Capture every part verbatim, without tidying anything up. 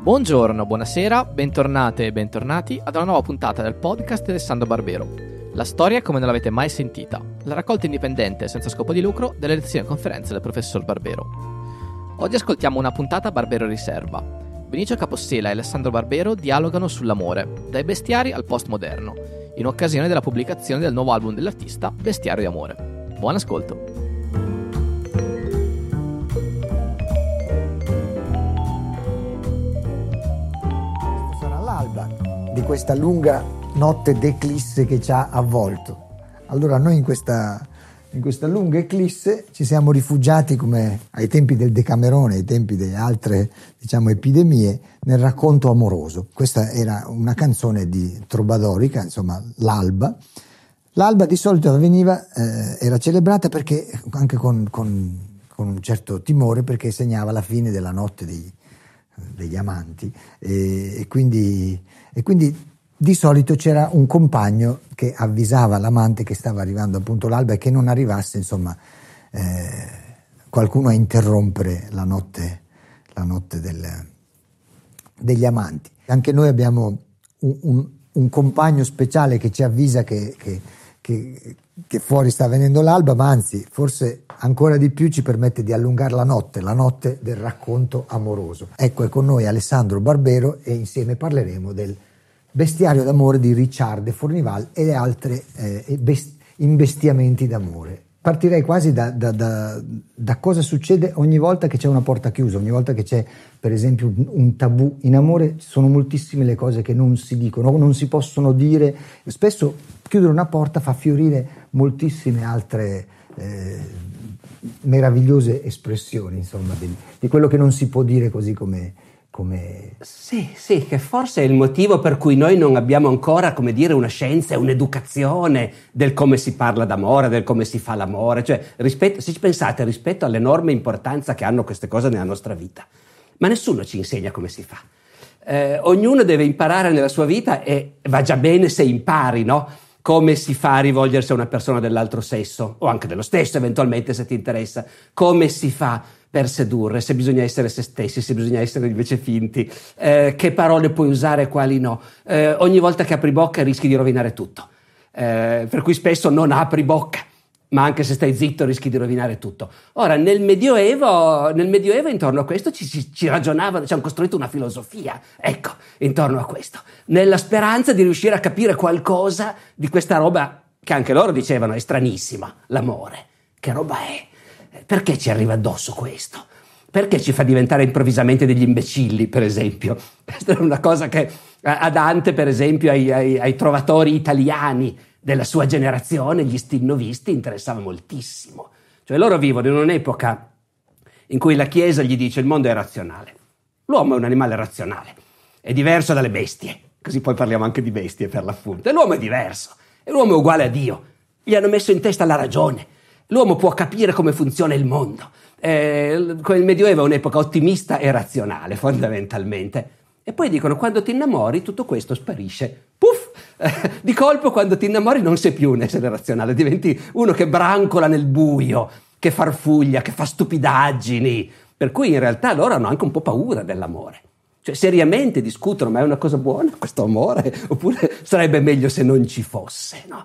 Buongiorno, buonasera, bentornate e bentornati ad una nuova puntata del podcast di Alessandro Barbero. La storia come non l'avete mai sentita, la raccolta indipendente senza scopo di lucro delle lezioni e conferenze del professor Barbero. Oggi ascoltiamo una puntata Barbero Riserva. Benicio Capossela e Alessandro Barbero dialogano sull'amore, dai bestiari al postmoderno, in occasione della pubblicazione del nuovo album dell'artista Bestiario di Amore. Buon ascolto! Di questa lunga notte d'eclisse che ci ha avvolto. Allora noi in questa, in questa lunga eclisse ci siamo rifugiati, come ai tempi del Decamerone, ai tempi di altre, diciamo, epidemie, nel racconto amoroso. Questa era una canzone di Trobadorica, insomma, l'alba. L'alba di solito avveniva, eh, era celebrata perché anche con, con, con un certo timore, perché segnava la fine della notte dei, degli amanti, e, e quindi E quindi di solito c'era un compagno che avvisava l'amante che stava arrivando appunto l'alba e che non arrivasse, insomma, eh, qualcuno a interrompere la notte, la notte del, degli amanti. Anche noi abbiamo un, un, un compagno speciale che ci avvisa che, che, che, che fuori sta venendo l'alba, ma anzi, forse ancora di più ci permette di allungare la notte, la notte del racconto amoroso. Ecco, è con noi Alessandro Barbero e insieme parleremo del Bestiario d'amore di Richard de Fournival e altre eh, best- imbestiamenti d'amore. Partirei quasi da, da, da, da cosa succede ogni volta che c'è una porta chiusa, ogni volta che c'è per esempio un, un tabù. In amore sono moltissime le cose che non si dicono, non si possono dire. Spesso chiudere una porta fa fiorire moltissime altre eh, meravigliose espressioni, insomma, di, di quello che non si può dire così come... Come... Sì, sì, che forse è il motivo per cui noi non abbiamo ancora, come dire, una scienza e un'educazione del come si parla d'amore, del come si fa l'amore. Cioè, rispetto, se ci pensate, rispetto all'enorme importanza che hanno queste cose nella nostra vita, ma nessuno ci insegna come si fa. Eh, ognuno deve imparare nella sua vita e va già bene se impari, no? Come si fa a rivolgersi a una persona dell'altro sesso, o anche dello stesso eventualmente se ti interessa, come si fa per sedurre, se bisogna essere se stessi, se bisogna essere invece finti, eh, che parole puoi usare e quali no. Eh, ogni volta che apri bocca rischi di rovinare tutto, eh, per cui spesso non apri bocca, ma anche se stai zitto rischi di rovinare tutto. Ora, nel Medioevo, nel Medioevo intorno a questo ci, ci, ci ragionavano, ci hanno costruito una filosofia, ecco, intorno a questo, nella speranza di riuscire a capire qualcosa di questa roba che anche loro dicevano è stranissima, l'amore. Che roba è? Perché ci arriva addosso questo? Perché ci fa diventare improvvisamente degli imbecilli, per esempio? Questa è una cosa che a Dante, per esempio, ai, ai, ai trovatori italiani della sua generazione, gli stinnovisti, interessava moltissimo. Cioè loro vivono in un'epoca in cui la Chiesa gli dice il mondo è razionale. L'uomo è un animale razionale, è diverso dalle bestie, così poi parliamo anche di bestie per l'appunto. E l'uomo è diverso, e l'uomo è uguale a Dio. Gli hanno messo in testa la ragione. L'uomo può capire come funziona il mondo. Eh, il Medioevo è un'epoca ottimista e razionale, fondamentalmente. E poi dicono, quando ti innamori, tutto questo sparisce. Puff! Eh, di colpo, quando ti innamori, non sei più un essere razionale, diventi uno che brancola nel buio, che farfuglia, che fa stupidaggini. Per cui in realtà loro hanno anche un po' paura dell'amore. Cioè, seriamente discutono, ma è una cosa buona questo amore? Oppure sarebbe meglio se non ci fosse, no?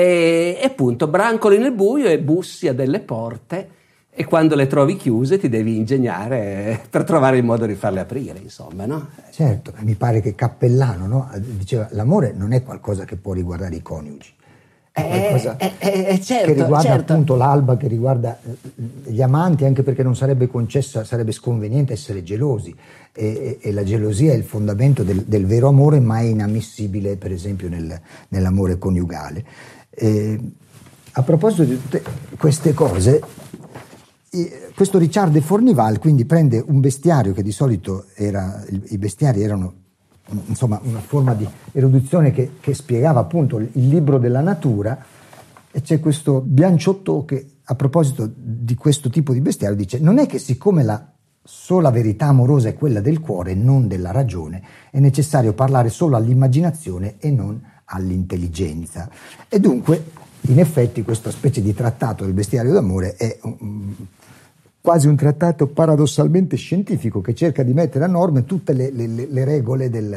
E, e appunto, brancoli nel buio e bussi a delle porte e quando le trovi chiuse ti devi ingegnare per trovare il modo di farle aprire, insomma, no? Certo, mi pare che Cappellano, no, diceva l'amore non è qualcosa che può riguardare i coniugi. È qualcosa eh, eh, eh, certo, che riguarda certo. appunto l'alba, che riguarda gli amanti, anche perché non sarebbe concesso, sarebbe sconveniente essere gelosi e, e, e la gelosia è il fondamento del, del vero amore, ma è inammissibile per esempio nel, nell'amore coniugale. E, a proposito di tutte queste cose, questo Richard de Fournival quindi prende un bestiario che di solito era, i bestiari erano insomma una forma di erudizione che, che spiegava appunto il libro della natura, e c'è questo Bianciotto che a proposito di questo tipo di bestiario dice: non è che siccome la sola verità amorosa è quella del cuore e non della ragione, è necessario parlare solo all'immaginazione e non all'intelligenza. E dunque in effetti questa specie di trattato del bestiario d'amore è un, quasi un trattato paradossalmente scientifico che cerca di mettere a norma tutte le, le, le regole del,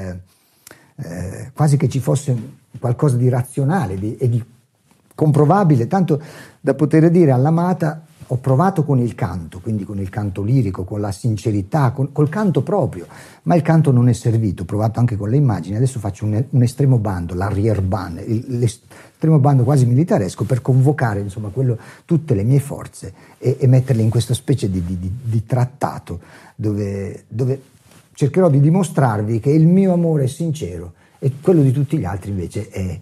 eh, quasi che ci fosse qualcosa di razionale di, e di comprovabile, tanto da poter dire all'amata: ho provato con il canto, quindi con il canto lirico, con la sincerità, con, col canto proprio, ma il canto non è servito, ho provato anche con le immagini, adesso faccio un, un estremo bando, l'arrierband, l'estremo bando quasi militaresco per convocare insomma quello, tutte le mie forze e, e metterle in questa specie di, di, di, di trattato dove, dove cercherò di dimostrarvi che il mio amore è sincero e quello di tutti gli altri invece è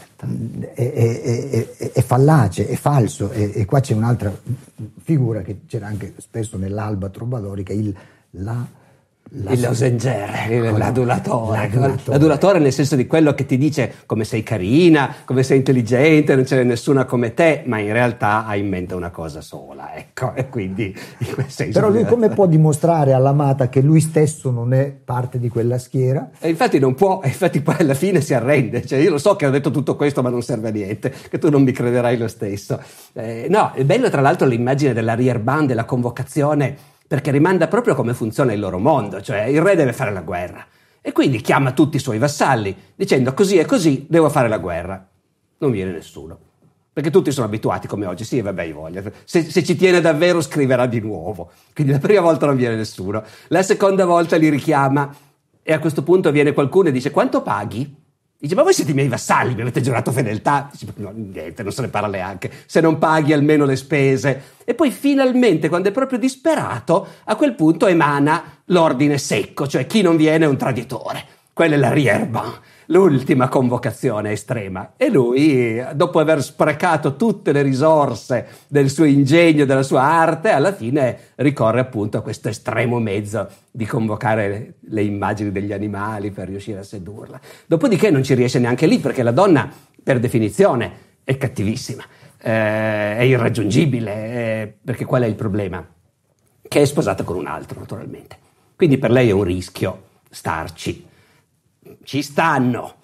È, è, è, è fallace, è falso, e, e qua c'è un'altra figura che c'era anche spesso nell'Alba Trovadori, che è il la, la il losenger, ecco, l'adulatore. l'adulatore L'adulatore nel senso di quello che ti dice come sei carina, come sei intelligente, non c'è nessuna come te, ma in realtà ha in mente una cosa sola, ecco, e quindi in quel senso. Però lui come può dimostrare all'amata che lui stesso non è parte di quella schiera? E infatti non può, e infatti poi alla fine si arrende, cioè io lo so che ho detto tutto questo ma non serve a niente, che tu non mi crederai lo stesso. Eh, no, è bello tra l'altro l'immagine dell'arrierband, della convocazione, perché rimanda proprio come funziona il loro mondo, cioè il re deve fare la guerra e quindi chiama tutti i suoi vassalli dicendo: così e così devo fare la guerra. Non viene nessuno, perché tutti sono abituati come oggi, sì vabbè io voglio, se, se ci tiene davvero scriverà di nuovo, quindi la prima volta non viene nessuno, la seconda volta li richiama e a questo punto viene qualcuno e dice: quanto paghi? Dice: ma voi siete i miei vassalli, mi avete giurato fedeltà? Dice: no, niente, non se ne parla neanche, se non paghi almeno le spese. E poi finalmente, quando è proprio disperato, a quel punto emana l'ordine secco, cioè chi non viene è un traditore. Quella è la l'arrierband, l'ultima convocazione estrema. E lui, dopo aver sprecato tutte le risorse del suo ingegno, della sua arte, alla fine ricorre appunto a questo estremo mezzo di convocare le immagini degli animali per riuscire a sedurla. Dopodiché non ci riesce neanche lì, perché la donna, per definizione, è cattivissima, eh, è irraggiungibile, eh, perché qual è il problema? Che è sposata con un altro, naturalmente. Quindi per lei è un rischio starci. Ci stanno,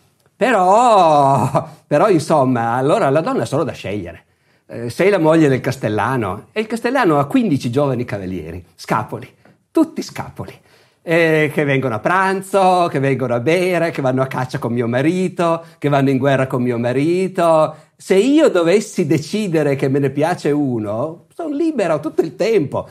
però, però insomma, allora la donna è solo da scegliere. Eh, sei la moglie del castellano e il castellano ha quindici giovani cavalieri, scapoli, tutti scapoli, eh, che vengono a pranzo, che vengono a bere, che vanno a caccia con mio marito, che vanno in guerra con mio marito. Se io dovessi decidere che me ne piace uno, sono libero tutto il tempo.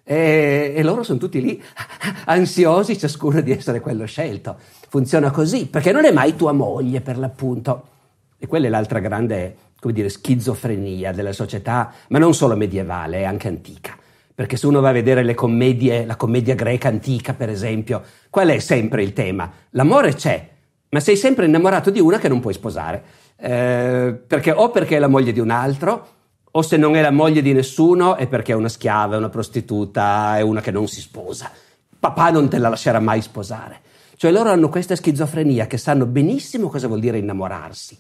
E, e loro sono tutti lì ansiosi ciascuno di essere quello scelto. Funziona così, perché non è mai tua moglie per l'appunto. E quella è l'altra grande, come dire, schizofrenia della società, ma non solo medievale, è anche antica. Perché se uno va a vedere le commedie, la commedia greca antica per esempio, qual è sempre il tema? L'amore c'è, ma sei sempre innamorato di una che non puoi sposare, eh, perché o perché è la moglie di un altro, o se non è la moglie di nessuno è perché è una schiava, è una prostituta, è una che non si sposa. Papà non te la lascerà mai sposare. Cioè loro hanno questa schizofrenia che sanno benissimo cosa vuol dire innamorarsi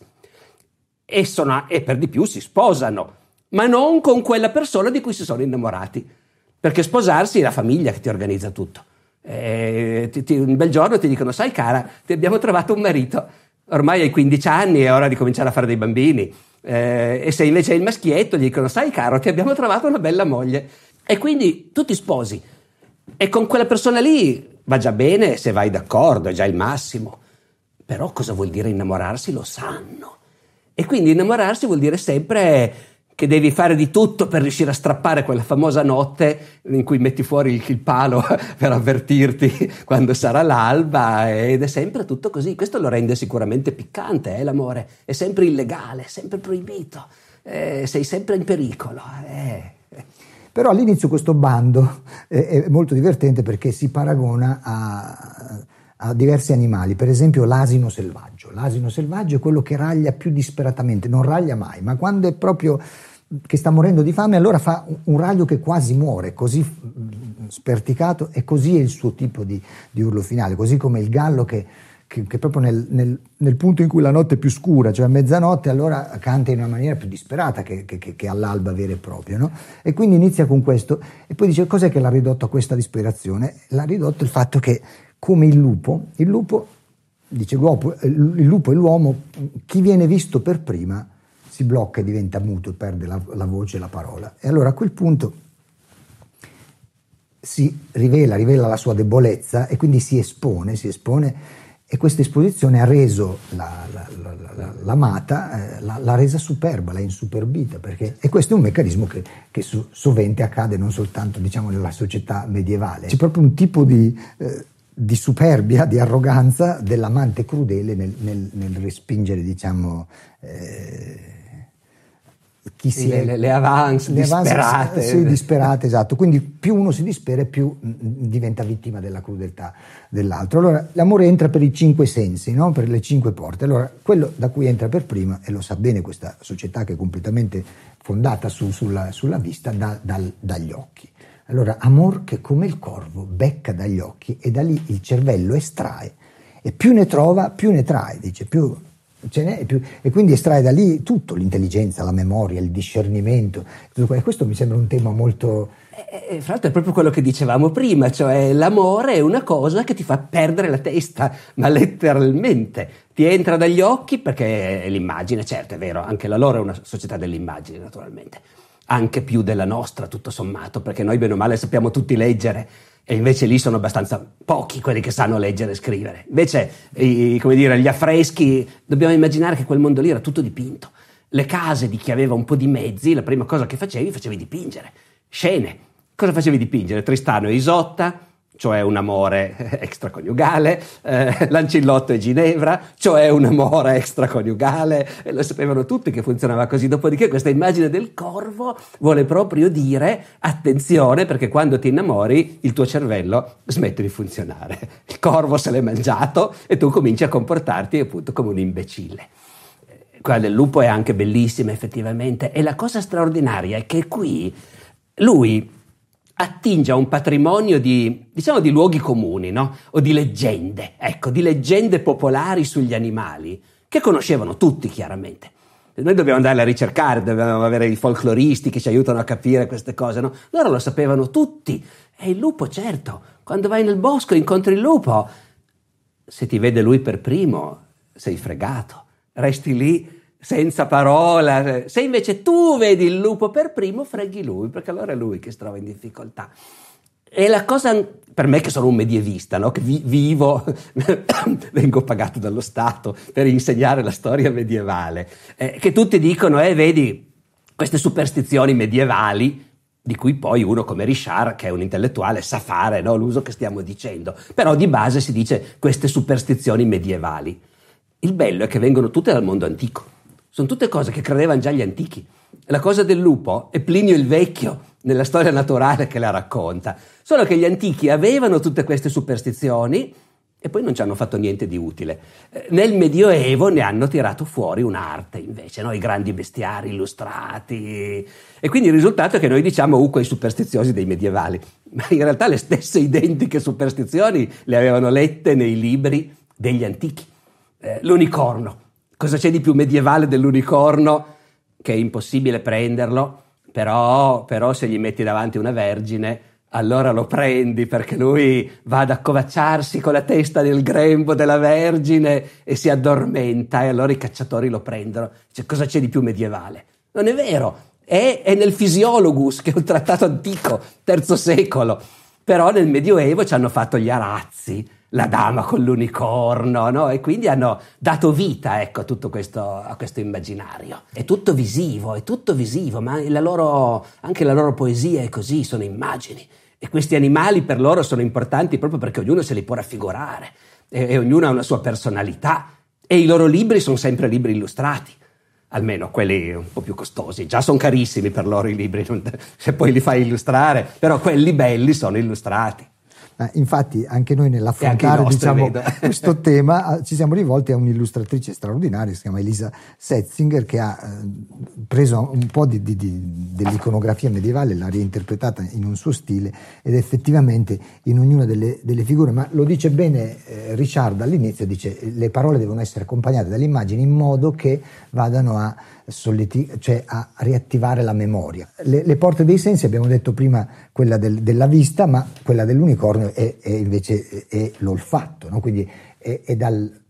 e, sono, e per di più si sposano, ma non con quella persona di cui si sono innamorati, perché sposarsi è la famiglia che ti organizza tutto. E ti, ti, un bel giorno ti dicono: sai cara, ti abbiamo trovato un marito, ormai hai quindici anni, è ora di cominciare a fare dei bambini. Eh, e se invece è il maschietto gli dicono: sai caro, ti abbiamo trovato una bella moglie. E quindi tu ti sposi e con quella persona lì va già bene se vai d'accordo, è già il massimo, però cosa vuol dire innamorarsi lo sanno, e quindi innamorarsi vuol dire sempre che devi fare di tutto per riuscire a strappare quella famosa notte in cui metti fuori il, il palo per avvertirti quando sarà l'alba, ed è sempre tutto così. Questo lo rende sicuramente piccante, eh, l'amore è sempre illegale, è sempre proibito, eh, sei sempre in pericolo, eh. Però all'inizio questo bando è, è molto divertente perché si paragona a, a diversi animali, per esempio l'asino selvaggio. L'asino selvaggio è quello che raglia più disperatamente, non raglia mai, ma quando è proprio che sta morendo di fame allora fa un raglio che quasi muore, così sperticato, e così è il suo tipo di, di urlo finale, così come il gallo che, che, che proprio nel, nel, nel punto in cui la notte è più scura, cioè a mezzanotte, allora canta in una maniera più disperata che, che, che all'alba vera e propria, no? E quindi inizia con questo e poi dice: cos'è che l'ha ridotto a questa disperazione? L'ha ridotto il fatto che, come il lupo, il lupo, dice l'uopo, il lupo e l'uomo, chi viene visto per prima si blocca e diventa muto, perde la, la voce e la parola. E allora a quel punto si rivela, rivela la sua debolezza e quindi si espone, si espone e questa esposizione ha reso la, la, la, la, l'amata, eh, l'ha resa superba, l'ha insuperbita, perché, e questo è un meccanismo che, che su, sovente accade non soltanto, diciamo, nella società medievale. C'è proprio un tipo di, eh, di superbia, di arroganza dell'amante crudele nel, nel, nel respingere, diciamo, eh, chi si le, è, le avance le disperate. Avance, sì, disperate, esatto. Quindi più uno si dispera, più diventa vittima della crudeltà dell'altro. Allora l'amore entra per i cinque sensi, no? Per le cinque porte. Allora quello da cui entra per prima, e lo sa bene questa società che è completamente fondata su, sulla, sulla vista, da, dal, dagli occhi. Allora amor che come il corvo becca dagli occhi e da lì il cervello estrae, e più ne trova più ne trae, dice, più ce n'è più, e quindi estrae da lì tutto, l'intelligenza, la memoria, il discernimento, e questo mi sembra un tema molto... E, e, fra l'altro è proprio quello che dicevamo prima, cioè l'amore è una cosa che ti fa perdere la testa, ma letteralmente ti entra dagli occhi, perché è l'immagine, certo è vero, anche la loro è una società dell'immagine naturalmente, anche più della nostra tutto sommato, perché noi bene o male sappiamo tutti leggere, e invece lì sono abbastanza pochi quelli che sanno leggere e scrivere. Invece, i, come dire, gli affreschi, dobbiamo immaginare che quel mondo lì era tutto dipinto. Le case di chi aveva un po' di mezzi, la prima cosa che facevi, facevi dipingere. Scene. Cosa facevi dipingere? Tristano e Isotta, cioè un amore extraconiugale, eh, Lancillotto e Ginevra, cioè un amore extraconiugale, e lo sapevano tutti che funzionava così. Dopodiché questa immagine del corvo vuole proprio dire attenzione, perché quando ti innamori il tuo cervello smette di funzionare, il corvo se l'è mangiato e tu cominci a comportarti appunto come un imbecille. Quella del lupo è anche bellissima effettivamente, e la cosa straordinaria è che qui lui attinge a un patrimonio di, diciamo, di luoghi comuni, no? O di leggende, ecco, di leggende popolari sugli animali, che conoscevano tutti chiaramente. Noi dobbiamo andarle a ricercare, dobbiamo avere i folcloristi che ci aiutano a capire queste cose, no? Loro lo sapevano tutti. E il lupo, certo, quando vai nel bosco e incontri il lupo, se ti vede lui per primo, sei fregato, resti lì senza parola. Se invece tu vedi il lupo per primo, freghi lui, perché allora è lui che si trova in difficoltà. E la cosa, per me che sono un medievista, no? Che vi, vivo, vengo pagato dallo Stato per insegnare la storia medievale, eh, che tutti dicono, eh, vedi, queste superstizioni medievali, di cui poi uno come Richard, che è un intellettuale, sa fare, no? L'uso che stiamo dicendo, però di base si dice queste superstizioni medievali. Il bello è che vengono tutte dal mondo antico. Sono tutte cose che credevano già gli antichi. La cosa del lupo è Plinio il Vecchio nella storia naturale che la racconta. Solo che gli antichi avevano tutte queste superstizioni e poi non ci hanno fatto niente di utile. Nel Medioevo ne hanno tirato fuori un'arte invece, no? I grandi bestiari illustrati. E quindi il risultato è che noi diciamo uh, quei superstiziosi dei medievali. Ma in realtà le stesse identiche superstizioni le avevano lette nei libri degli antichi. Eh, l'unicorno. Cosa c'è di più medievale dell'unicorno? Che è impossibile prenderlo, però, però se gli metti davanti una vergine, allora lo prendi, perché lui va ad accovacciarsi con la testa nel grembo della vergine e si addormenta, e allora i cacciatori lo prendono. Cioè, cosa c'è di più medievale? Non è vero, è, è nel Physiologus, che è un trattato antico, terzo secolo, però nel Medioevo ci hanno fatto gli arazzi, la dama con l'unicorno, no? E quindi hanno dato vita, ecco, a tutto questo, a questo immaginario. È tutto visivo, è tutto visivo, ma la loro, anche la loro poesia è così, sono immagini. E questi animali per loro sono importanti proprio perché ognuno se li può raffigurare, e, e ognuno ha una sua personalità, e i loro libri sono sempre libri illustrati. Almeno quelli un po' più costosi, già sono carissimi per loro i libri, se poi li fai illustrare, però quelli belli sono illustrati. Infatti anche noi nell'affrontare nostri, diciamo, questo tema ci siamo rivolti a un'illustratrice straordinaria, si chiama Elisa Setzinger, che ha eh, preso un po' di, di, di, dell'iconografia medievale, l'ha reinterpretata in un suo stile, ed effettivamente in ognuna delle, delle figure, ma lo dice bene eh, Richard all'inizio, dice le parole devono essere accompagnate dalle immagini in modo che vadano a Solleti- cioè a riattivare la memoria. Le, le porte dei sensi, abbiamo detto prima quella del, della vista, ma quella dell'unicorno è, è invece è, è l'olfatto, no? Quindi è, è dal,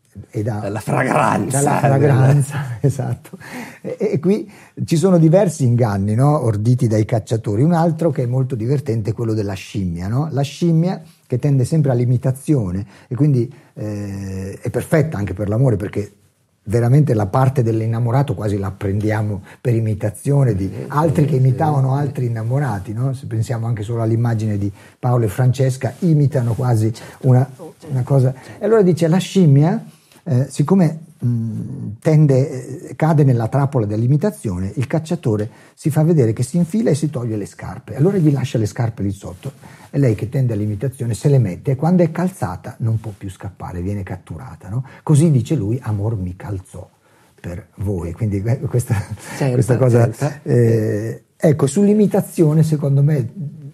e da, la fragranza, la fragranza esatto. E, e qui ci sono diversi inganni, no? Orditi dai cacciatori. Un altro che è molto divertente è quello della scimmia, no? La scimmia che tende sempre all'imitazione e quindi eh, è perfetta anche per l'amore, perché veramente la parte dell'innamorato quasi la prendiamo per imitazione di altri che imitavano altri innamorati, no? Se pensiamo anche solo all'immagine di Paolo e Francesca, imitano quasi una, una cosa. E allora dice la scimmia, eh, siccome mh, tende, eh, cade nella trappola dell'imitazione, il cacciatore si fa vedere che si infila e si toglie le scarpe, allora gli lascia le scarpe lì sotto e lei, che tende all'imitazione, se le mette e quando è calzata non può più scappare, viene catturata, no? Così dice lui: amor mi calzò per voi. Quindi questa, certo, questa cosa certo. eh, ecco, sull'imitazione secondo me.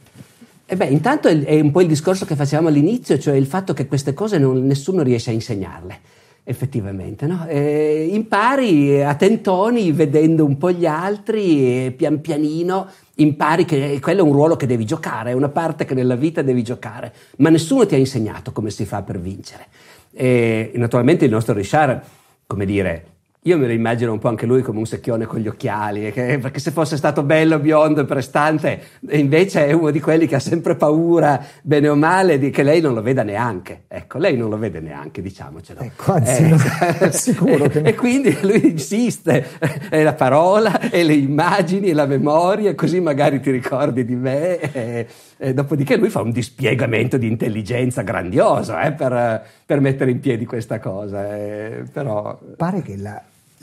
E beh, intanto è, è un po' il discorso che facevamo all'inizio, cioè il fatto che queste cose non, nessuno riesce a insegnarle, effettivamente, no? E impari a tentoni, vedendo un po' gli altri, e pian pianino impari che quello è un ruolo che devi giocare, è una parte che nella vita devi giocare, ma nessuno ti ha insegnato come si fa per vincere. E naturalmente il nostro Richard, come dire, io me lo immagino un po' anche lui come un secchione con gli occhiali, che, perché se fosse stato bello, biondo e prestante, e invece è uno di quelli che ha sempre paura, bene o male, di che lei non lo veda neanche. Ecco, lei non lo vede neanche, diciamocelo. Ecco, anzi, eh, no, sicuro che no. E quindi lui insiste, è la parola, e le immagini, e la memoria, così magari ti ricordi di me. E, e dopodiché lui fa un dispiegamento di intelligenza grandioso eh, per, per mettere in piedi questa cosa. Eh, però pare che la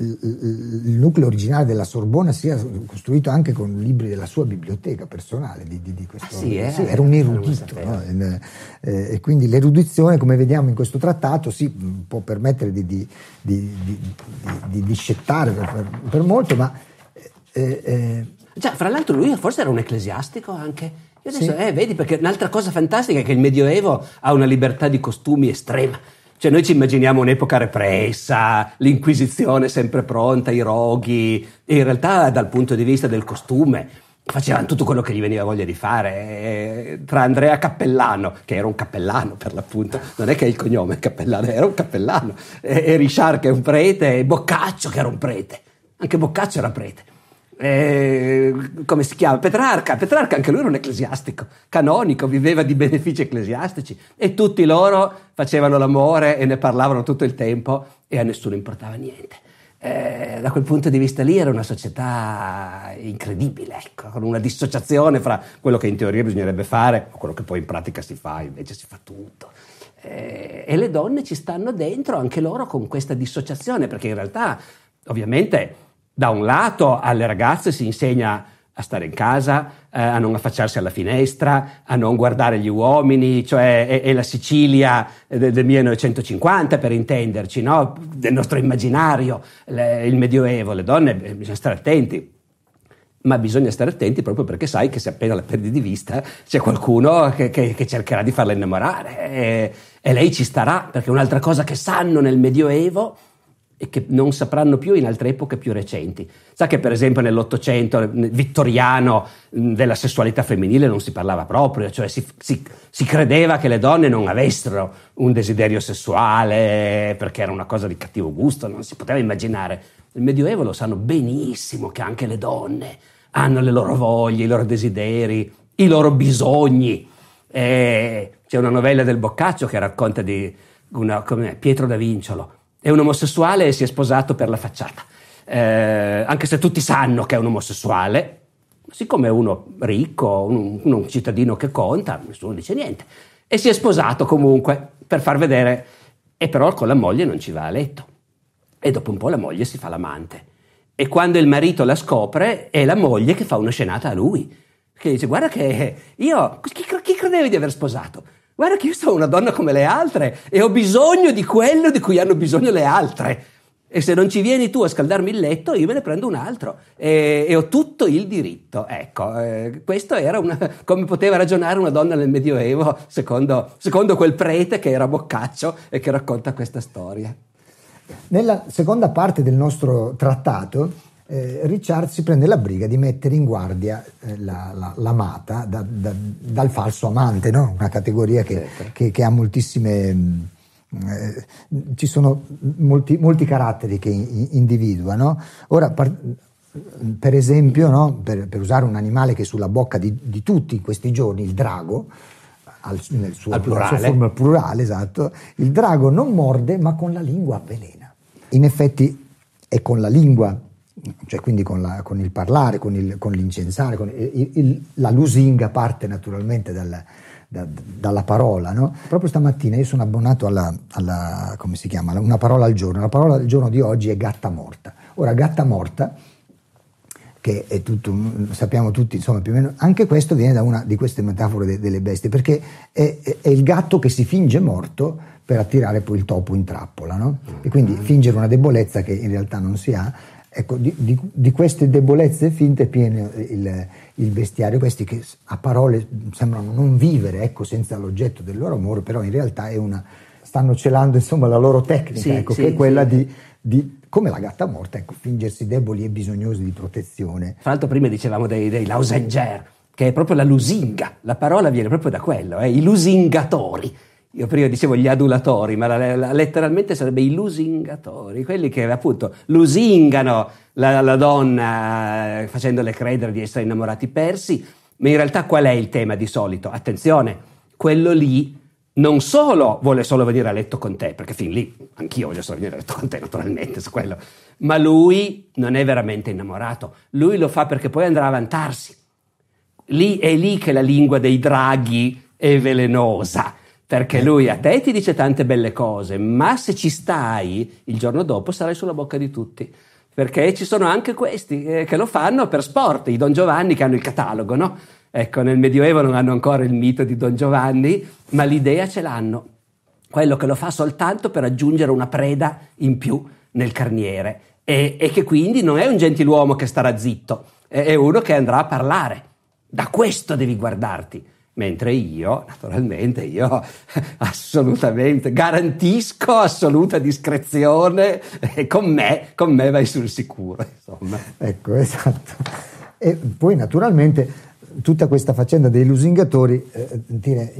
il nucleo originale della Sorbona sia costruito anche con libri della sua biblioteca personale di, di, di questo. Ah, sì, eh? Sì, era un erudito, no? e, e quindi l'erudizione, come vediamo in questo trattato, sì, può permettere di, di, di, di, di discettare per, per molto, ma eh, eh, già, fra l'altro lui forse era un ecclesiastico anche. Io adesso, sì. eh, vedi, perché un'altra cosa fantastica è che il Medioevo ha una libertà di costumi estrema. Cioè noi ci immaginiamo un'epoca repressa, l'Inquisizione sempre pronta, i roghi, e in realtà dal punto di vista del costume facevano tutto quello che gli veniva voglia di fare. Tra Andrea Cappellano, che era un cappellano per l'appunto, non è che è il cognome Cappellano, era un cappellano, e Richard che è un prete, e Boccaccio che era un prete, anche Boccaccio era prete. Eh, come si chiama? Petrarca Petrarca anche lui era un ecclesiastico canonico, viveva di benefici ecclesiastici, e tutti loro facevano l'amore e ne parlavano tutto il tempo e a nessuno importava niente. Eh, da quel punto di vista lì era una società incredibile, ecco, con una dissociazione fra quello che in teoria bisognerebbe fare o quello che poi in pratica si fa, invece si fa tutto. Eh, e le donne ci stanno dentro anche loro con questa dissociazione, perché in realtà ovviamente da un lato alle ragazze si insegna a stare in casa, eh, a non affacciarsi alla finestra, a non guardare gli uomini, cioè è, è la Sicilia del, del millenovecentocinquanta, per intenderci, no? Del nostro immaginario, le, il Medioevo, le donne eh, bisogna stare attenti. Ma bisogna stare attenti proprio perché sai che se appena la perdi di vista c'è qualcuno che, che, che cercherà di farla innamorare, e, e lei ci starà, perché un'altra cosa che sanno nel Medioevo e che non sapranno più in altre epoche più recenti. Sa che per esempio nell'Ottocento vittoriano della sessualità femminile non si parlava proprio, cioè si, si, si credeva che le donne non avessero un desiderio sessuale perché era una cosa di cattivo gusto, non si poteva immaginare. Nel Medioevo lo sanno benissimo che anche le donne hanno le loro voglie, i loro desideri, i loro bisogni. E c'è una novella del Boccaccio che racconta di una, come Pietro da Vinciolo. È un omosessuale e si è sposato per la facciata, eh, anche se tutti sanno che è un omosessuale, siccome è uno ricco, un, un cittadino che conta, nessuno dice niente, e si è sposato comunque per far vedere, e però con la moglie non ci va a letto, e dopo un po' la moglie si fa l'amante, e quando il marito la scopre è la moglie che fa una scenata a lui, che dice: guarda che io, chi, chi credevi di aver sposato? Guarda che io sono una donna come le altre e ho bisogno di quello di cui hanno bisogno le altre, e se non ci vieni tu a scaldarmi il letto io me ne prendo un altro e, e ho tutto il diritto. Ecco, eh, questo era una, come poteva ragionare una donna nel Medioevo secondo, secondo quel prete che era Boccaccio e che racconta questa storia. Nella seconda parte del nostro trattato Eh, Richard si prende la briga di mettere in guardia eh, la, la, l'amata da, da, dal falso amante, no? Una categoria che, che, che ha moltissime, eh, ci sono molti, molti caratteri che individua, no? Ora, par- per esempio, no? per, per usare un animale che è sulla bocca di, di tutti in questi giorni, il drago, al, nel suo, al plurale. Nella sua forma plurale, esatto, il drago non morde ma con la lingua avvelena. In effetti è con la lingua, cioè quindi con, la, con il parlare, con, il, con l'incensare, con il, il, la lusinga parte naturalmente dal, da, dalla parola, no? Proprio stamattina io sono abbonato alla, alla, come si chiama, una parola al giorno. La parola del giorno di oggi è gatta morta. Ora, gatta morta, che è tutto, sappiamo tutti, insomma, più o meno, anche questo viene da una di queste metafore de, delle bestie, perché è, è, è il gatto che si finge morto per attirare poi il topo in trappola, no? E quindi fingere una debolezza che in realtà non si ha. Ecco, di, di, di queste debolezze finte è pieno il, il bestiario, questi che a parole sembrano non vivere, ecco, senza l'oggetto del loro amore, però in realtà è una, stanno celando, insomma, la loro tecnica, sì, ecco, sì, che è quella sì. di, di come la gatta morta, ecco, fingersi deboli e bisognosi di protezione. Fra l'altro prima dicevamo dei, dei lausinger, che è proprio la lusinga, la parola viene proprio da quello, eh? I lusingatori. Io prima dicevo gli adulatori, ma la, la, letteralmente sarebbe i lusingatori, quelli che appunto lusingano la, la donna eh, facendole credere di essere innamorati persi, ma in realtà qual è il tema di solito? Attenzione, quello lì non solo vuole solo venire a letto con te, perché fin lì anch'io voglio solo venire a letto con te naturalmente su quello, ma lui non è veramente innamorato, lui lo fa perché poi andrà a vantarsi. Lì è lì che la lingua dei draghi è velenosa, perché lui a te ti dice tante belle cose, ma se ci stai il giorno dopo sarai sulla bocca di tutti, perché ci sono anche questi eh, che lo fanno per sport, i Don Giovanni che hanno il catalogo, no? Ecco, nel Medioevo non hanno ancora il mito di Don Giovanni, ma l'idea ce l'hanno. Quello che lo fa soltanto per aggiungere una preda in più nel carniere e, e che quindi non è un gentiluomo che starà zitto, è uno che andrà a parlare. Da questo devi guardarti. Mentre io, naturalmente, io assolutamente garantisco assoluta discrezione e con me, con me vai sul sicuro, insomma. Ecco, esatto. E poi naturalmente tutta questa faccenda dei lusingatori eh, tiene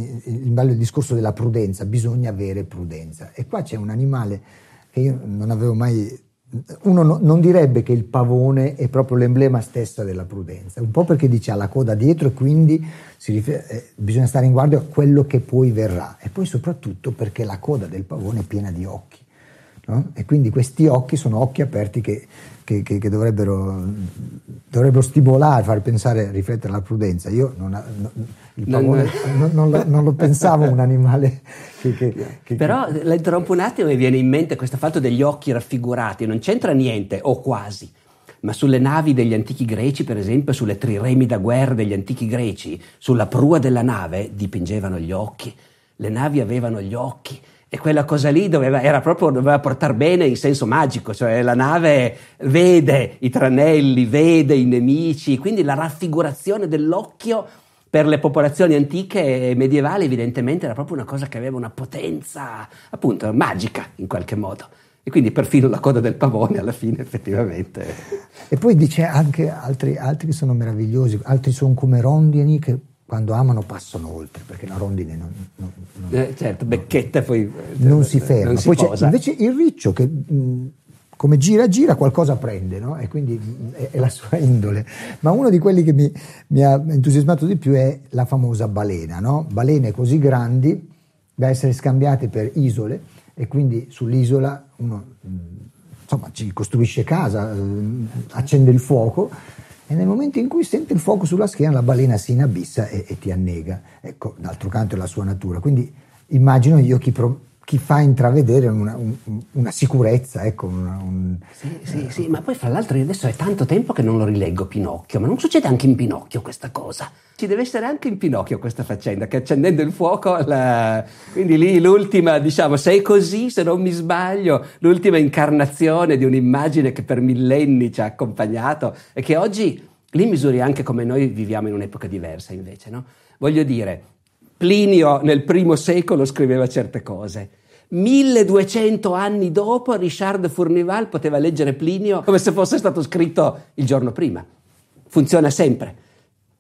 in ballo il discorso della prudenza, bisogna avere prudenza. E qua c'è un animale che io non avevo mai... Uno no, non direbbe che il pavone è proprio l'emblema stessa della prudenza, un po' perché dice ha la coda dietro e quindi si rifer- eh, bisogna stare in guardia a quello che poi verrà, e poi soprattutto perché la coda del pavone è piena di occhi, no? E quindi questi occhi sono occhi aperti che, che, che, che dovrebbero, dovrebbero stimolare, far pensare, riflettere alla prudenza. Io non, non, il pavone non, non, non, non lo pensavo un animale che, che, che, però che... la interrompo un attimo e viene in mente questo fatto degli occhi raffigurati, non c'entra niente o quasi, ma sulle navi degli antichi greci, per esempio, sulle triremi da guerra degli antichi greci, sulla prua della nave dipingevano gli occhi, le navi avevano gli occhi. E quella cosa lì doveva, era proprio, doveva portare bene in senso magico, cioè la nave vede i tranelli, vede i nemici, quindi la raffigurazione dell'occhio per le popolazioni antiche e medievali evidentemente era proprio una cosa che aveva una potenza appunto magica in qualche modo. E quindi perfino la coda del pavone alla fine effettivamente. E poi dice anche altri, altri che sono meravigliosi, altri sono come rondini che quando amano passano oltre, perché la rondine non, non, non, eh, certo, becchetta e poi non si ferma. Non si poi c'è posa. Invece il riccio che mh, come gira gira qualcosa prende, no? E quindi mh, è, è la sua indole. Ma uno di quelli che mi, mi ha entusiasmato di più è la famosa balena, no? Balene così grandi da essere scambiate per isole, e quindi sull'isola uno mh, insomma ci costruisce casa, mh, accende il fuoco, e nel momento in cui sente il fuoco sulla schiena la balena si inabissa e, e ti annega. Ecco, d'altro canto è la sua natura, quindi immagino io chi, pro, chi fa intravedere una, un, una sicurezza, ecco. Una, un, sì, sì, sì, ma poi fra l'altro io adesso è tanto tempo che non lo rileggo Pinocchio, ma non succede anche in Pinocchio questa cosa? Ci deve essere anche in Pinocchio questa faccenda, che accendendo il fuoco, la... quindi lì l'ultima, diciamo, se è così, se non mi sbaglio, l'ultima incarnazione di un'immagine che per millenni ci ha accompagnato e che oggi lì misuri anche come noi viviamo in un'epoca diversa invece, no? Voglio dire, Plinio nel primo secolo scriveva certe cose. milleduecento anni dopo Richard de Fournival poteva leggere Plinio come se fosse stato scritto il giorno prima. Funziona sempre.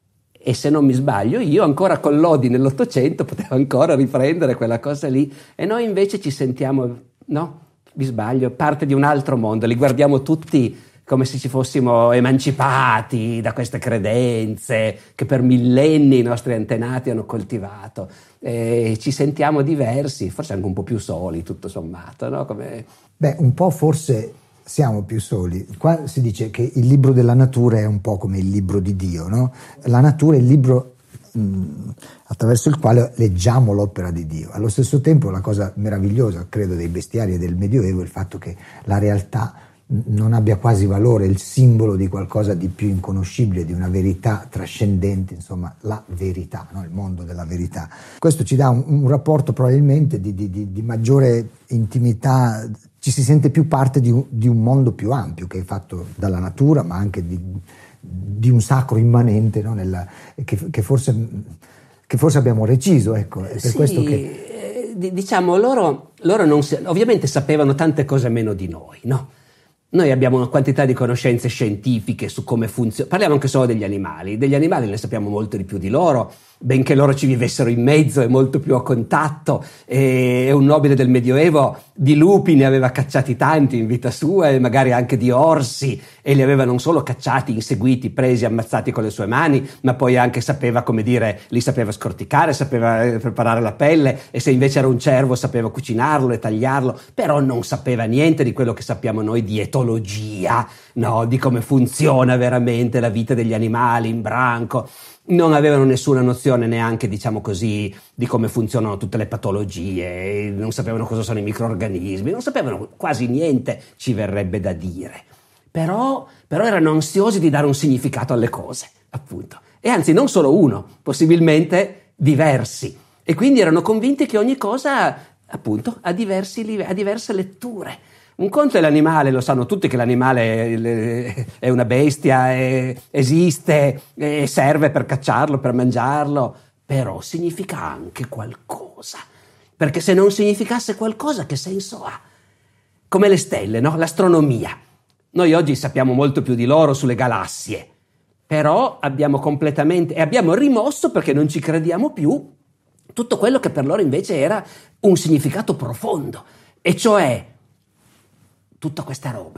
e se non mi sbaglio io ancora con Lodi nell'Ottocento potevo ancora riprendere quella cosa lì, e noi invece ci sentiamo, no, mi sbaglio, parte di un altro mondo, li guardiamo tutti come se ci fossimo emancipati da queste credenze che per millenni i nostri antenati hanno coltivato, e ci sentiamo diversi, forse anche un po' più soli tutto sommato, no? Come... Beh, un po' forse siamo più soli. Qua si dice che il libro della natura è un po' come il libro di Dio, no? La natura è il libro mh, attraverso il quale leggiamo l'opera di Dio. Allo stesso tempo la cosa meravigliosa, credo, dei bestiari e del Medioevo è il fatto che la realtà non abbia quasi valore, il simbolo di qualcosa di più inconoscibile, di una verità trascendente, insomma la verità, no? Il mondo della verità. Questo ci dà un, un rapporto probabilmente di, di, di, di maggiore intimità, ci si sente più parte di un, di un mondo più ampio che è fatto dalla natura, ma anche di, di un sacro immanente, no? Nella, che, che, forse, che forse abbiamo reciso, ecco. È per sì, questo che... diciamo loro, loro non si, ovviamente sapevano tante cose meno di noi, no? Noi abbiamo una quantità di conoscenze scientifiche su come funziona, parliamo anche solo degli animali, degli animali ne sappiamo molto di più di loro, benché loro ci vivessero in mezzo e molto più a contatto, e un nobile del Medioevo di lupi ne aveva cacciati tanti in vita sua, e magari anche di orsi, e li aveva non solo cacciati, inseguiti, presi, ammazzati con le sue mani, ma poi anche sapeva, come dire, li sapeva scorticare, sapeva preparare la pelle, e se invece era un cervo sapeva cucinarlo e tagliarlo, però non sapeva niente di quello che sappiamo noi di etologia, no? Di come funziona veramente la vita degli animali in branco. Non avevano nessuna nozione neanche, diciamo così, di come funzionano tutte le patologie, non sapevano cosa sono i microrganismi, non sapevano quasi niente, ci verrebbe da dire. Però, però erano ansiosi di dare un significato alle cose, appunto. E anzi, non solo uno, possibilmente diversi. E quindi erano convinti che ogni cosa, appunto, ha diversi live- ha diverse letture. Un conto è l'animale, lo sanno tutti che l'animale è una bestia, è, esiste, e serve per cacciarlo, per mangiarlo, però significa anche qualcosa, perché se non significasse qualcosa che senso ha? Come le stelle, no? L'astronomia. Noi oggi sappiamo molto più di loro sulle galassie, però abbiamo completamente, e abbiamo rimosso, perché non ci crediamo più, tutto quello che per loro invece era un significato profondo, e cioè tutta questa roba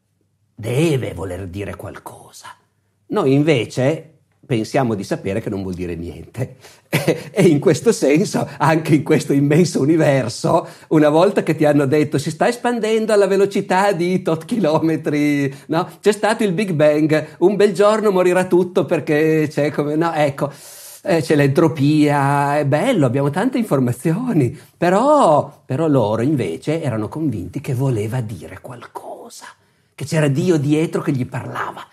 deve voler dire qualcosa. Noi invece pensiamo di sapere che non vuol dire niente. E in questo senso, anche in questo immenso universo, una volta che ti hanno detto si sta espandendo alla velocità di tot chilometri, no? C'è stato il Big Bang, un bel giorno morirà tutto perché c'è come... No, ecco... Eh, c'è l'entropia, è bello, abbiamo tante informazioni, però, però loro invece erano convinti che voleva dire qualcosa, che c'era Dio dietro che gli parlava,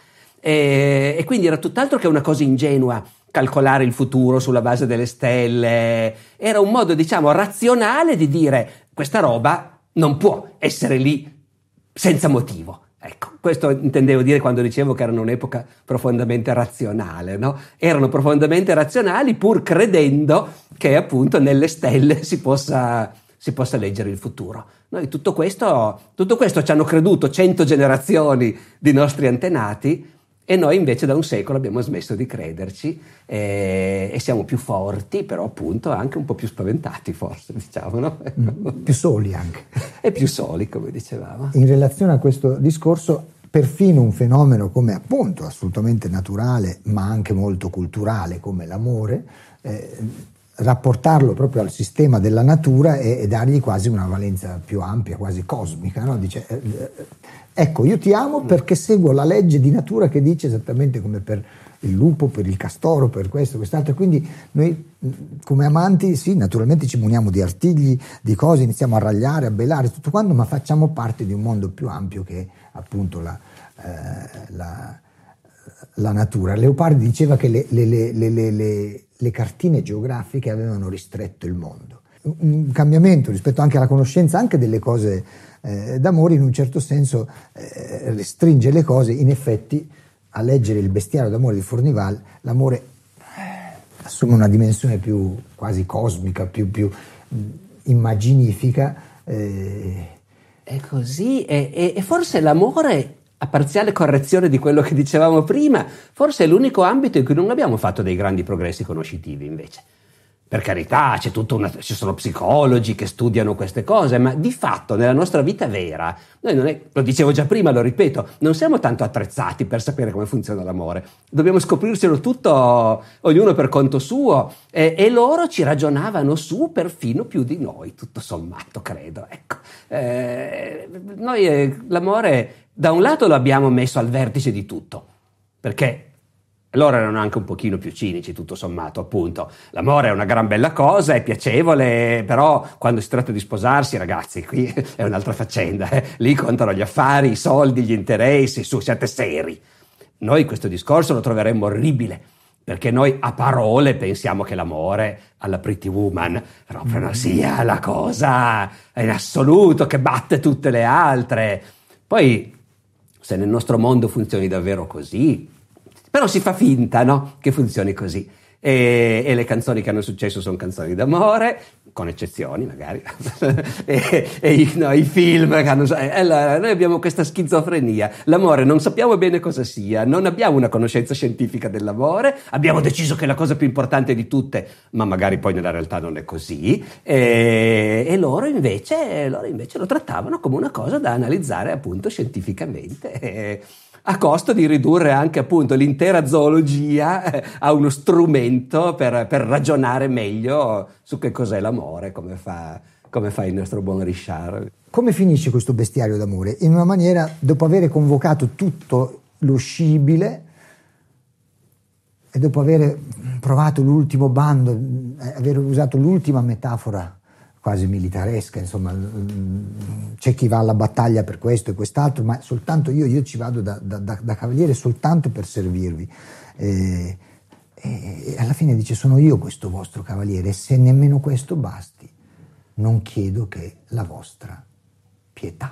e, e quindi era tutt'altro che una cosa ingenua calcolare il futuro sulla base delle stelle, era un modo, diciamo, razionale di dire questa roba non può essere lì senza motivo. Ecco, questo intendevo dire quando dicevo che erano un'epoca profondamente razionale, no? Erano profondamente razionali pur credendo che appunto nelle stelle si possa, si possa leggere il futuro. Noi tutto questo, tutto questo ci hanno creduto cento generazioni di nostri antenati, e noi invece da un secolo abbiamo smesso di crederci, e, e siamo più forti, però appunto anche un po' più spaventati forse, diciamo, no? Mm, più soli anche. E più soli, come dicevamo. In relazione a questo discorso, perfino un fenomeno come appunto assolutamente naturale, ma anche molto culturale, come l'amore, eh, rapportarlo proprio al sistema della natura e, e dargli quasi una valenza più ampia, quasi cosmica, no? Dice, eh, ecco, io ti amo perché seguo la legge di natura che dice esattamente come per il lupo, per il castoro, per questo, quest'altro. Quindi noi come amanti, sì, naturalmente ci muniamo di artigli, di cose, iniziamo a ragliare, a belare, tutto quanto, ma facciamo parte di un mondo più ampio che è appunto la, eh, la, la natura. Leopardi diceva che le, le, le, le, le, le, le cartine geografiche avevano ristretto il mondo. Un cambiamento rispetto anche alla conoscenza anche delle cose eh, d'amore, in un certo senso eh, restringe le cose. In effetti, a leggere il bestiario d'amore di Fournival, l'amore assume una dimensione più quasi cosmica, più, più immaginifica. Eh. È così, e, e, e forse l'amore a parziale correzione di quello che dicevamo prima, forse è l'unico ambito in cui non abbiamo fatto dei grandi progressi conoscitivi invece. Per carità, c'è tutta una, ci sono psicologi che studiano queste cose, ma di fatto nella nostra vita vera, noi non è, lo dicevo già prima, lo ripeto, non siamo tanto attrezzati per sapere come funziona l'amore. Dobbiamo scoprircelo tutto, ognuno per conto suo, e, e loro ci ragionavano su perfino più di noi, tutto sommato, credo. Ecco, eh, noi eh, l'amore da un lato lo abbiamo messo al vertice di tutto, perché loro erano anche un pochino più cinici, tutto sommato, appunto. L'amore è una gran bella cosa, è piacevole, però quando si tratta di sposarsi, ragazzi, qui è un'altra faccenda. Eh. Lì contano gli affari, i soldi, gli interessi, su, siate seri. Noi questo discorso lo troveremmo orribile, perché noi a parole pensiamo che l'amore alla Pretty Woman proprio non sia la cosa in assoluto che batte tutte le altre. Poi, se nel nostro mondo funzioni davvero così, però si fa finta, no? Che funzioni così. E, e le canzoni che hanno successo sono canzoni d'amore, con eccezioni magari, e, e i, no, i film che hanno... Allora, noi abbiamo questa schizofrenia. L'amore non sappiamo bene cosa sia, non abbiamo una conoscenza scientifica dell'amore, abbiamo deciso che è la cosa più importante di tutte, ma magari poi nella realtà non è così, e, e loro, invece, loro invece lo trattavano come una cosa da analizzare appunto scientificamente, e, a costo di ridurre anche appunto l'intera zoologia eh, a uno strumento per, per ragionare meglio su che cos'è l'amore, come fa, come fa il nostro buon Richard. Come finisce questo bestiario d'amore? In una maniera, dopo aver convocato tutto lo scibile e dopo aver provato l'ultimo bando, aver usato l'ultima metafora quasi militaresca, insomma, c'è chi va alla battaglia per questo e quest'altro, ma soltanto io, io ci vado da, da, da cavaliere soltanto per servirvi. E, e alla fine dice: sono io questo vostro cavaliere, e se nemmeno questo basti, non chiedo che la vostra pietà.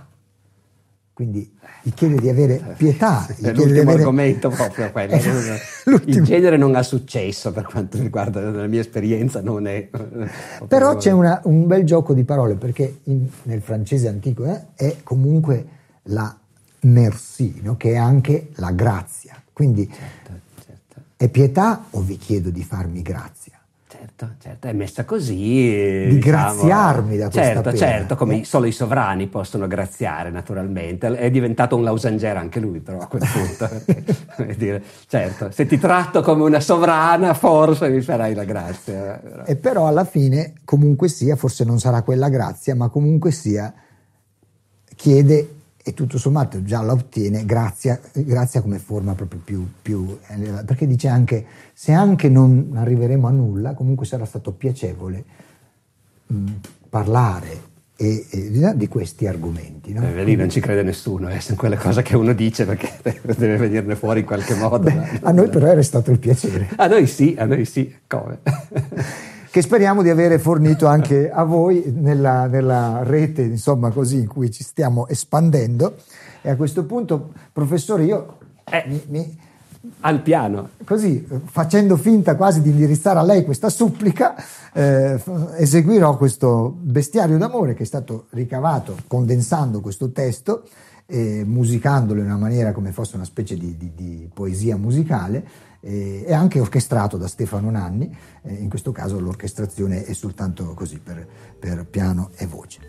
Quindi gli chiede di avere pietà. Gli è l'ultimo avere... argomento proprio quello. Il genere non ha successo per quanto riguarda la mia esperienza, non è... Però c'è una, un bel gioco di parole, perché in, nel francese antico eh, è comunque la merci, no? Che è anche la grazia. Quindi certo, certo. È pietà o vi chiedo di farmi grazia? Certo, certo, è messa così. Di diciamo, graziarmi da questa certo, pena. Certo, come eh? solo i sovrani possono graziare, naturalmente. È diventato un Lausangiere anche lui, però, a quel punto. Perché, dire, certo, se ti tratto come una sovrana, forse mi farai la grazia. Però. E però alla fine, comunque sia, forse non sarà quella grazia, ma comunque sia, chiede, e tutto sommato già la ottiene, grazia, grazia come forma proprio più, più elevata, perché dice anche: se anche non arriveremo a nulla, comunque sarà stato piacevole mh, parlare e, e, di questi argomenti, no? Eh, lì non ci crede nessuno, eh, sono quelle cose che uno dice perché deve venirne fuori in qualche modo. Beh, no? A noi però era stato il piacere. A noi sì, a noi sì, come? Che speriamo di avere fornito anche a voi nella, nella rete, insomma, così, in cui ci stiamo espandendo. E a questo punto, professore, io eh, mi, mi, al piano, così, facendo finta quasi di indirizzare a lei questa supplica, eh, eseguirò questo bestiario d'amore che è stato ricavato condensando questo testo e musicandolo in una maniera come fosse una specie di, di, di poesia musicale. È anche orchestrato da Stefano Nanni, eh, in questo caso l'orchestrazione è soltanto così per, per piano e voce.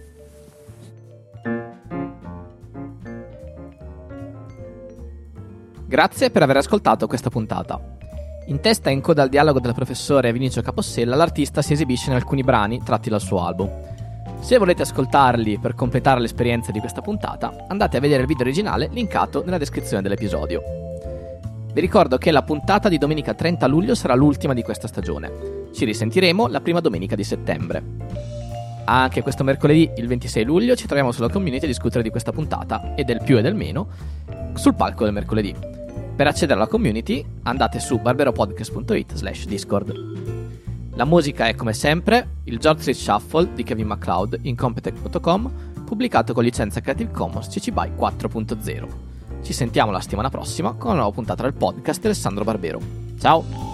Grazie per aver ascoltato questa puntata. In testa e in coda al dialogo del professore Vinicio Capossela, l'artista si esibisce in alcuni brani tratti dal suo album. Se volete ascoltarli per completare l'esperienza di questa puntata, andate a vedere il video originale linkato nella descrizione dell'episodio. Vi ricordo che la puntata di domenica trenta luglio sarà l'ultima di questa stagione. Ci risentiremo la prima domenica di settembre. Anche questo mercoledì, il ventisei luglio, ci troviamo sulla community a discutere di questa puntata e del più e del meno sul palco del mercoledì. Per accedere alla community andate su barberopodcast.it slash discord. La musica è come sempre il George Street Shuffle di Kevin MacLeod in Competech punto com, pubblicato con licenza Creative Commons C C B Y quattro punto zero. Ci sentiamo la settimana prossima con una nuova puntata del podcast di Alessandro Barbero. Ciao!